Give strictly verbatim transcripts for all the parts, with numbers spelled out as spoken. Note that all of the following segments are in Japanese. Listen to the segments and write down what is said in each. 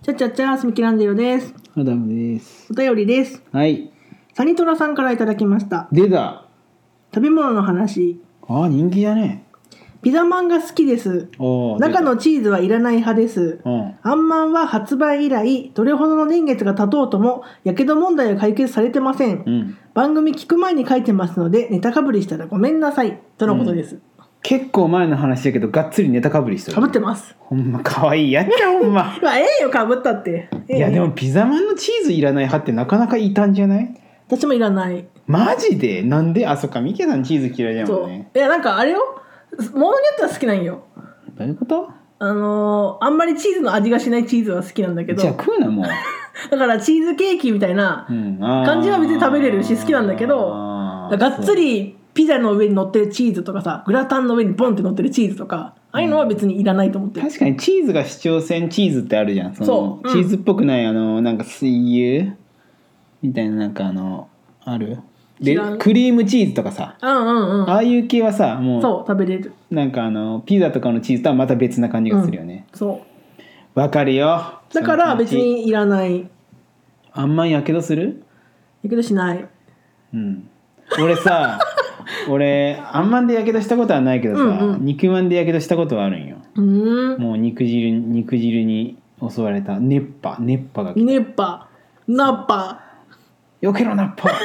ちゃちゃちゃ、すみきらんじろです。 アダムです。 お便りです。 はい。 サニトラさんからいただきました。 出た。 食べ物の話。 ああ、人気だね。 ピザマンが好きです。中のチーズはいらない派です。 うん、 あんまんは発売以来どれほどの年月が経とうともやけど問題は解決されてません、うん、番組聞く前に書いてますのでネタかぶりしたらごめんなさいとのことです、うん、 結構前の話だけどがっつりネタかぶりしてる。 かぶってます。 ほんまかわいいやっちゃほんままあええよかぶったって、ええ、 いやでもピザマンのチーズいらない派ってなかなかいたんじゃない？ 私もいらない。 マジで？なんで？あ、そっか、ミケさんチーズ嫌いだもんね。 いやなんかあれよ、ものによっては好きなんよ。 どういうこと？ あのー、あんまりチーズの味がしないチーズは好きなんだけど。 じゃあ食うなもうだからチーズケーキみたいな感じは別に食べれるし好きなんだけど、がっつりピザの上に乗ってるチーズとかさ、グラタンの上にボンって乗ってるチーズとか、ああいうのは別にいらないと思ってる、 うん、確かにチーズが主張線チーズってあるじゃん。そのそう、うん、チーズっぽくないあのなんか水牛みたいな、なんかあのあるでクリームチーズとかさ、 うんうんうん、 ああいう系はさもうそう食べれる。 なんかあのピザとかのチーズとはまた別な感じがするよね、 うん、そうわかるよ。 だから別にいらない。 あんまんやけどする？ やけどしない。 うん俺さ俺あんまんでやけどしたことはないけどさ、うんうん、肉まんでやけどしたことはあるんよ。うんもう肉汁肉汁に襲われた熱波熱波が来た。 熱波ナッパよけろナッパ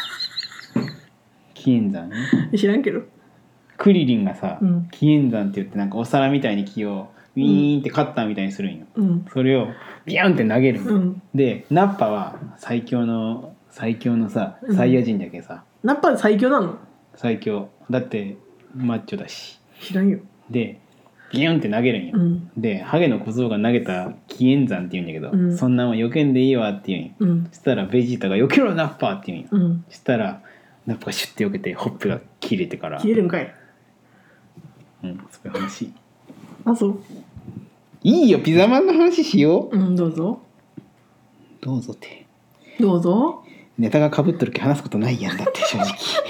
紀元山ね。 知らんけどクリリンがさ、うん、紀元山って言ってなんかお皿みたいに木をウィーンってカッターみたいにするんよ、うん、それをビャンって投げるんよ、うん、でナッパは最強の最強のさサイヤ人だけさ、 うん、ナッパ最強なの？ 最強だってマッチョだし。 知らんよ。 でビュンって投げるんよ、うん、でハゲの小僧が投げた紀元山って言うんだけど、うん、そんなもん避けんでいいわって言うんよ、うん、そしたらベジータが避けろナッパって言うんよ、うん、そしたらナッパがシュッて避けてホップが切れてから切れるんかい。 うんそういう話。 あそういいよピザマンの話しよう。 うんどうぞどうぞってどうぞ。 ネタが被っとるけ話すことないやんだって正直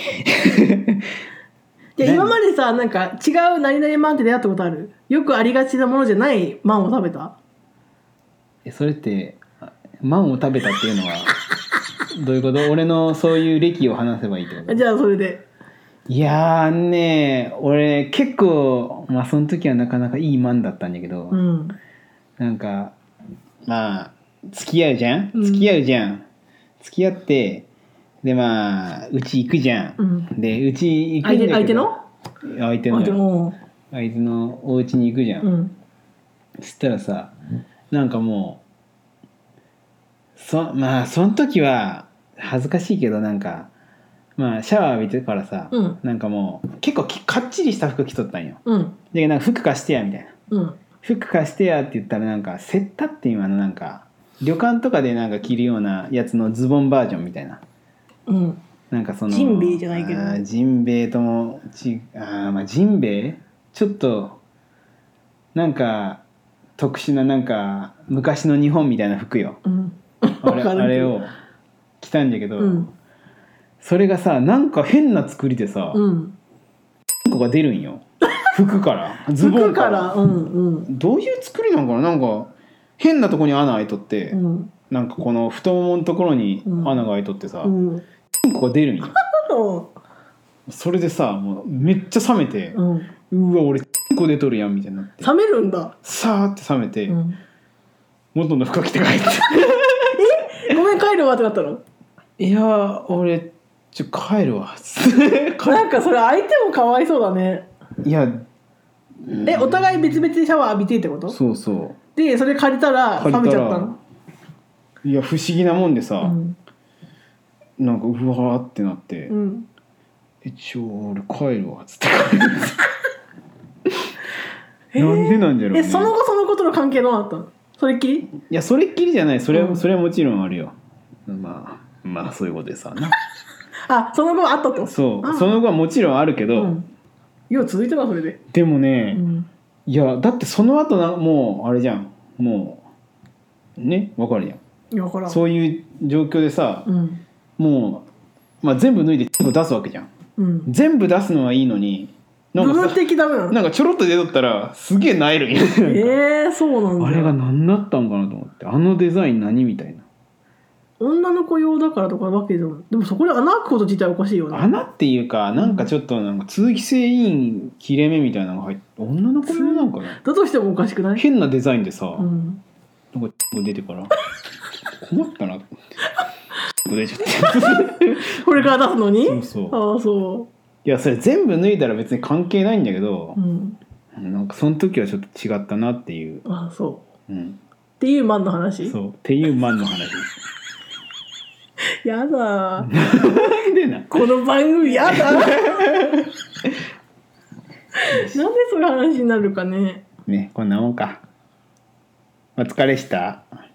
いや今までさなんか違う何々マンって出会ったことある？よくありがちなものじゃないマンを食べた？ えそれってマンを食べたっていうのはどういうこと？俺のそういう歴を話せばいいってこと？ じゃあそれで。 いやーね俺結構まあその時はなかなかいいマンだったんだけど、うん、なんかまあ付き合うじゃん付き合うじゃん、うん、付き合ってでまあうち行くじゃん、うん、でうち行くんだけど相手の相手の相手の相手のお家に行くじゃん、うん、そしたらさなんかもうそまあその時は恥ずかしいけどなんかまあシャワー浴びてからさ、うん、なんかもう結構かっちりした服着とったんよ、うん、でなんか服貸してやみたいな、うん、服貸してやって言ったらなんかセッタっていうあのなんか旅館とかでなんか着るようなやつのズボンバージョンみたいな、うん、なんかそのジンベエじゃないけどあジンベエともちあまあジンベエちょっとなんか特殊ななんか昔の日本みたいな服よ、うん、あれあれを着たんだけど、うん、それがさなんか変な作りでさ、うん、こが出るんよ服からズボンから、うんうん、どういう作りなんかな、なんか変なとこに穴開いとって、うん、なんかこの太もものところに穴が開いとってさ、うん、こが出るんよそれでさもうめっちゃ冷めて、うん、うわ俺こ出とるやんみたいになって。 冷めるんだ。 さーって冷めて、うん、元の服着て帰ってえごめん帰るわってなったの？ いや俺ちょ帰るわなんかそれ相手もかわいそうだね。 いやえお互い別々でシャワー浴びてってこと？ そうそうでそれ借りたら冷めちゃったの？ いや不思議なもんでさ、うん、なんかうわーってなって、うん、えちょ俺帰るわっつってなんでなんじゃろうね。 えその後そのことの関係どうなったの？それっきり？ いやそれっきりじゃない。それは、うん、それはもちろんあるよ。まあまあそういうことでさなあその後はあったってこと？ そうその後はもちろんあるけど、うん、 よう続いてたそれで。 でもね、うん、いやだってその後なもうあれじゃんもうね分かるやん。 いや分からん。 そういう状況でさ、うん、もう、まあ、全部脱いで全部出すわけじゃん、うん、全部出すのはいいのになんか部分的ダメなの？ なんかちょろっと出とったらすげえ萎えるんやえー、そうなんだ。 あれが何だったんかなと思って。ああのデザイン何みたいな。 女の子用だからとかわけでも、でもそこで穴開くこと自体おかしいよね。 穴っていうかなんかちょっとなんか通気性いい切れ目みたいなのが入って、女の子用なんかな。 だとしてもおかしくない？ 変なデザインでさ、 うん、 なんか出てから困ったな出ちゃってこれから出すのに。 そうそう。 ああそう。 いやそれ全部脱いだら別に関係ないんだけど、うん、なんかその時はちょっと違ったなっていう。 ああそう、うん、っていうマンの話。 そうっていうマンの話やだなんでなこの番組やだなんでそういう話になるかね。 ね、こんなもんか。お疲れした。